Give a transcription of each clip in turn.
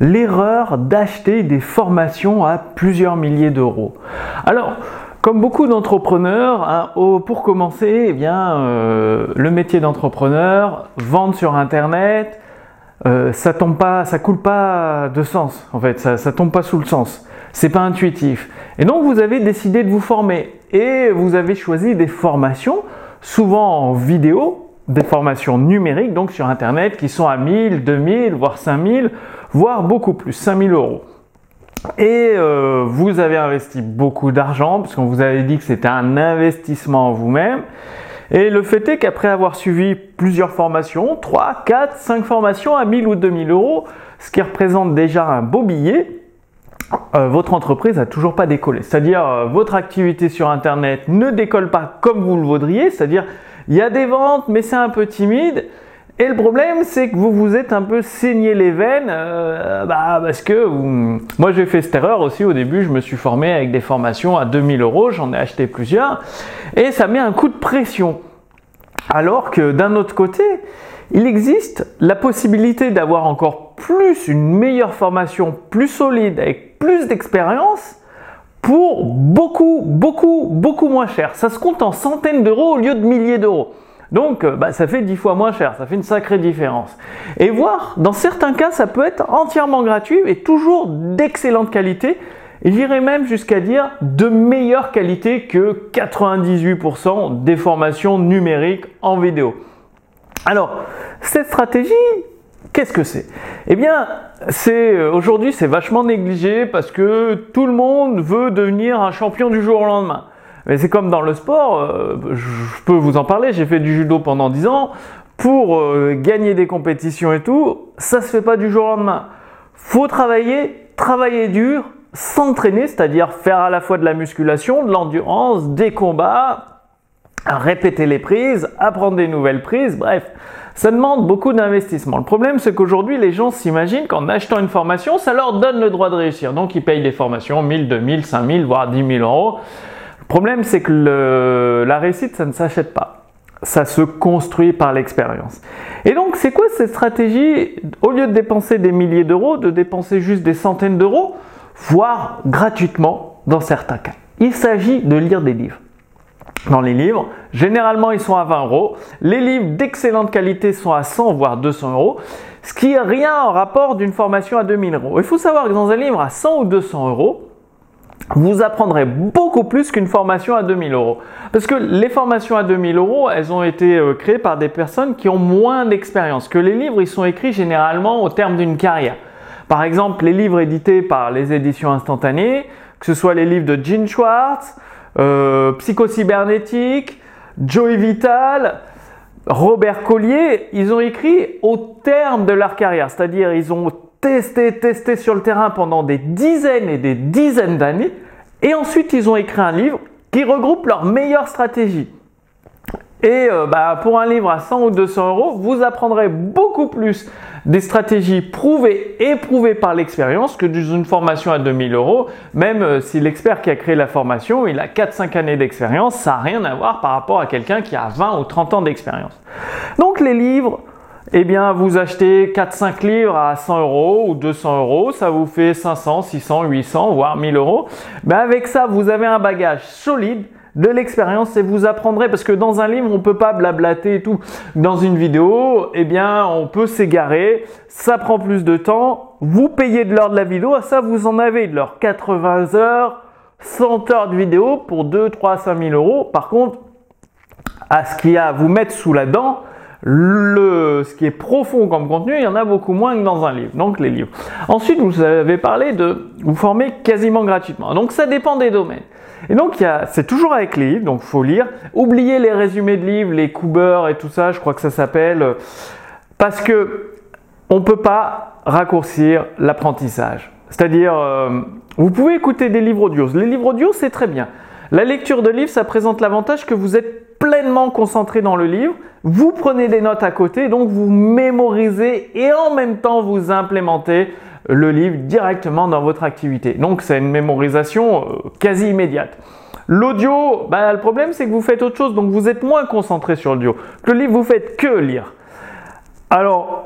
l'erreur d'acheter des formations à plusieurs milliers d'euros. Alors, comme beaucoup d'entrepreneurs, pour commencer, le métier d'entrepreneur, vendre sur Internet, ça coule pas de sens. En fait, ça tombe pas sous le sens. C'est pas intuitif. Et donc, vous avez décidé de vous former et vous avez choisi des formations, souvent en vidéo, des formations numériques, donc sur Internet, qui sont à 1000, 2000, voire 5000, voire beaucoup plus, 5000 euros. Et vous avez investi beaucoup d'argent, parce qu'on vous avait dit que c'était un investissement en vous-même. Et le fait est qu'après avoir suivi plusieurs formations, 3, 4, 5 formations à 1000 ou 2000 euros, ce qui représente déjà un beau billet, votre entreprise n'a toujours pas décollé. C'est-à-dire, votre activité sur Internet ne décolle pas comme vous le voudriez, c'est-à-dire, il y a des ventes, mais c'est un peu timide. Et le problème, c'est que vous vous êtes un peu saigné les veines, parce que moi j'ai fait cette erreur aussi au début, je me suis formé avec des formations à 2000 euros, j'en ai acheté plusieurs, et ça met un coup de pression. Alors que d'un autre côté, il existe la possibilité d'avoir encore plus, une meilleure formation, plus solide, avec plus d'expérience, pour beaucoup moins cher. Ça se compte en centaines d'euros au lieu de milliers d'euros. Donc, ça fait 10 fois moins cher, ça fait une sacrée différence. Et voire, dans certains cas, ça peut être entièrement gratuit et toujours d'excellente qualité. Et j'irais même jusqu'à dire de meilleure qualité que 98% des formations numériques en vidéo. Alors, cette stratégie, qu'est-ce que c'est ? Eh bien, aujourd'hui, c'est vachement négligé parce que tout le monde veut devenir un champion du jour au lendemain. Mais c'est comme dans le sport, je peux vous en parler, j'ai fait du judo pendant 10 ans. Pour gagner des compétitions et tout, ça se fait pas du jour au lendemain. Faut travailler dur, s'entraîner, c'est-à-dire faire à la fois de la musculation, de l'endurance, des combats, répéter les prises, apprendre des nouvelles prises, bref. Ça demande beaucoup d'investissement. Le problème, c'est qu'aujourd'hui, les gens s'imaginent qu'en achetant une formation, ça leur donne le droit de réussir. Donc, ils payent des formations 1000, 2000, 5000, voire 10 000 euros. Le problème, c'est que la réussite, ça ne s'achète pas. Ça se construit par l'expérience. Et donc, c'est quoi cette stratégie ? Au lieu de dépenser des milliers d'euros, de dépenser juste des centaines d'euros, voire gratuitement dans certains cas. Il s'agit de lire des livres. Dans les livres, généralement, ils sont à 20 euros. Les livres d'excellente qualité sont à 100 voire 200 euros, ce qui n'est rien en rapport d'une formation à 2000 euros. Il faut savoir que dans un livre à 100 ou 200 euros, vous apprendrez beaucoup plus qu'une formation à 2000 euros. Parce que les formations à 2000 euros, elles ont été créées par des personnes qui ont moins d'expérience. Que les livres, ils sont écrits généralement au terme d'une carrière. Par exemple, les livres édités par les éditions instantanées, que ce soit les livres de Gene Schwartz, Psychocybernétique, Joey Vital, Robert Collier, ils ont écrit au terme de leur carrière. C'est-à-dire, ils ont testé sur le terrain pendant des dizaines et des dizaines d'années et ensuite ils ont écrit un livre qui regroupe leurs meilleures stratégies. Et pour un livre à 100 ou 200 euros, vous apprendrez beaucoup plus des stratégies prouvées et éprouvées par l'expérience que d'une formation à 2000 euros. Même si l'expert qui a créé la formation, il a 4-5 années d'expérience, ça n'a rien à voir par rapport à quelqu'un qui a 20 ou 30 ans d'expérience. Donc les livres, eh bien, vous achetez 4-5 livres à 100 euros ou 200 euros, ça vous fait 500, 600, 800, voire 1000 euros. Mais avec ça, vous avez un bagage solide, de l'expérience et vous apprendrez, parce que dans un livre, on ne peut pas blablater et tout. Dans une vidéo, eh bien, on peut s'égarer, ça prend plus de temps. Vous payez de l'heure de la vidéo, à ça, vous en avez de l'heure 80 heures, 100 heures de vidéo pour 2, 3, 5 000 euros. Par contre, à ce qu'il y a à vous mettre sous la dent, ce qui est profond comme contenu, il y en a beaucoup moins que dans un livre, donc les livres. Ensuite, vous avez parlé de vous former quasiment gratuitement. Donc, ça dépend des domaines. Et donc, c'est toujours avec les livres, donc il faut lire. Oubliez les résumés de livres, les Cooper et tout ça, je crois que ça s'appelle, parce que on ne peut pas raccourcir l'apprentissage. C'est-à-dire, vous pouvez écouter des livres audio. Les livres audio, c'est très bien. La lecture de livres, ça présente l'avantage que vous êtes pleinement concentré dans le livre. Vous prenez des notes à côté, donc vous mémorisez et en même temps, vous implémentez le livre directement dans votre activité. Donc, c'est une mémorisation quasi immédiate. L'audio, le problème, c'est que vous faites autre chose, donc vous êtes moins concentré sur l'audio. Le livre, vous faites que lire. Alors,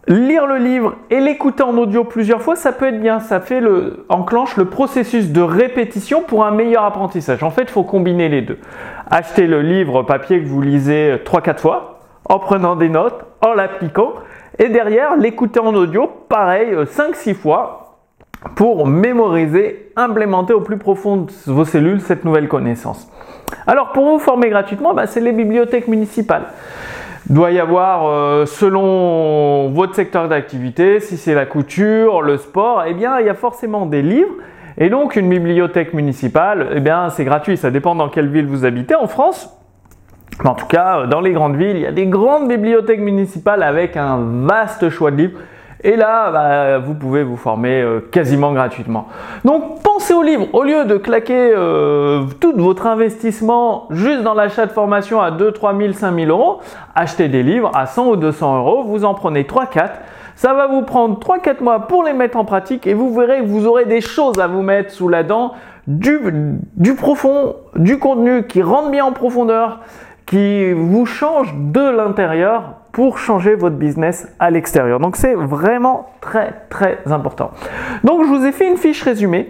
Lire le livre et l'écouter en audio plusieurs fois, ça peut être bien. Ça enclenche le processus de répétition pour un meilleur apprentissage. En fait, il faut combiner les deux. Achetez le livre papier que vous lisez 3-4 fois, en prenant des notes, en l'appliquant. Et derrière, l'écouter en audio, pareil, 5-6 fois pour mémoriser, implémenter au plus profond de vos cellules cette nouvelle connaissance. Alors, pour vous former gratuitement, c'est les bibliothèques municipales. Il doit y avoir, selon votre secteur d'activité, si c'est la couture, le sport, il y a forcément des livres. Et donc, une bibliothèque municipale, c'est gratuit. Ça dépend dans quelle ville vous habitez en France. Mais en tout cas, dans les grandes villes, il y a des grandes bibliothèques municipales avec un vaste choix de livres. Et là, vous pouvez vous former quasiment gratuitement. Donc, pensez aux livres. Au lieu de claquer tout votre investissement juste dans l'achat de formation à 2 3 000, 5 000 euros, achetez des livres à 100 ou 200 euros. Vous en prenez 3-4. Ça va vous prendre 3-4 mois pour les mettre en pratique et vous verrez que vous aurez des choses à vous mettre sous la dent, du profond, du contenu qui rentre bien en profondeur, qui vous change de l'intérieur pour changer votre business à l'extérieur. Donc, c'est vraiment très, très important. Donc, je vous ai fait une fiche résumée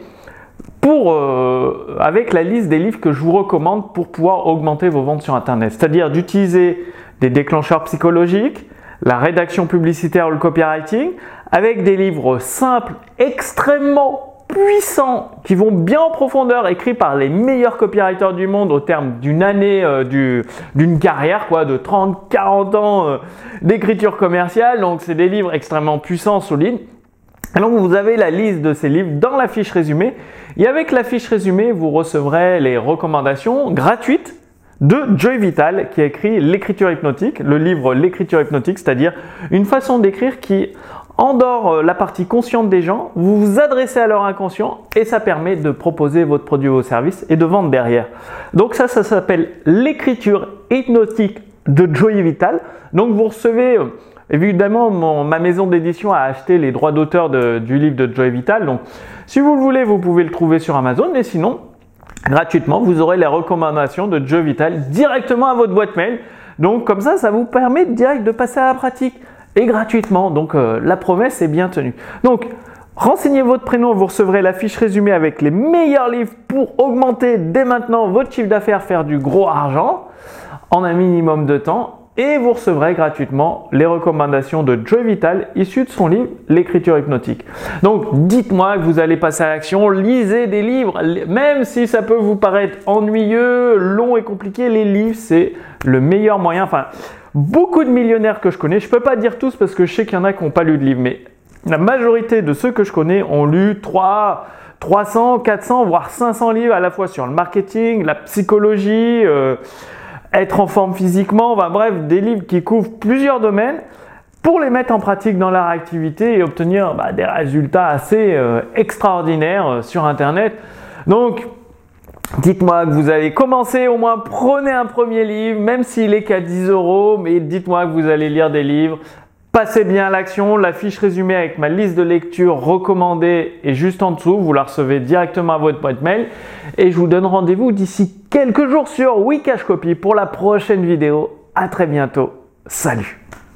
avec la liste des livres que je vous recommande pour pouvoir augmenter vos ventes sur Internet. C'est-à-dire d'utiliser des déclencheurs psychologiques, la rédaction publicitaire ou le copywriting, avec des livres simples, extrêmement puissants, qui vont bien en profondeur, écrits par les meilleurs copywriters du monde au terme d'une année, d'une carrière, de 30, 40 ans d'écriture commerciale. Donc, c'est des livres extrêmement puissants, solides. Et donc, vous avez la liste de ces livres dans la fiche résumée. Et avec la fiche résumée, vous recevrez les recommandations gratuites de Joy Vital qui a écrit l'écriture hypnotique, le livre L'écriture hypnotique, c'est-à-dire une façon d'écrire qui endort la partie consciente des gens, vous vous adressez à leur inconscient et ça permet de proposer votre produit ou vos services et de vendre derrière. Donc ça s'appelle l'écriture hypnotique de Joy Vital. Donc vous recevez, évidemment, ma maison d'édition a acheté les droits d'auteur du livre de Joy Vital. Donc si vous le voulez, vous pouvez le trouver sur Amazon, mais sinon, gratuitement, vous aurez les recommandations de Joy Vital directement à votre boîte mail. Donc comme ça vous permet direct de passer à la pratique. Et gratuitement, donc la promesse est bien tenue. Donc, renseignez votre prénom, vous recevrez la fiche résumée avec les meilleurs livres pour augmenter dès maintenant votre chiffre d'affaires, faire du gros argent en un minimum de temps. Et vous recevrez gratuitement les recommandations de Joy Vital issues de son livre L'écriture hypnotique. Donc, dites-moi que vous allez passer à l'action, lisez des livres, même si ça peut vous paraître ennuyeux, long et compliqué, les livres, c'est le meilleur moyen. Enfin, beaucoup de millionnaires que je connais, je ne peux pas dire tous parce que je sais qu'il y en a qui n'ont pas lu de livres, mais la majorité de ceux que je connais ont lu 300, 400, voire 500 livres à la fois sur le marketing, la psychologie, être en forme physiquement, bref, des livres qui couvrent plusieurs domaines pour les mettre en pratique dans leur activité et obtenir des résultats assez extraordinaires sur Internet. Donc, dites-moi que vous allez commencer, au moins prenez un premier livre, même s'il est qu'à 10 euros, mais dites-moi que vous allez lire des livres. Passez bien à l'action, la fiche résumée avec ma liste de lecture recommandée est juste en dessous, vous la recevez directement à votre boîte mail et je vous donne rendez-vous d'ici quelques jours sur Wikash Copy pour la prochaine vidéo. À très bientôt, salut!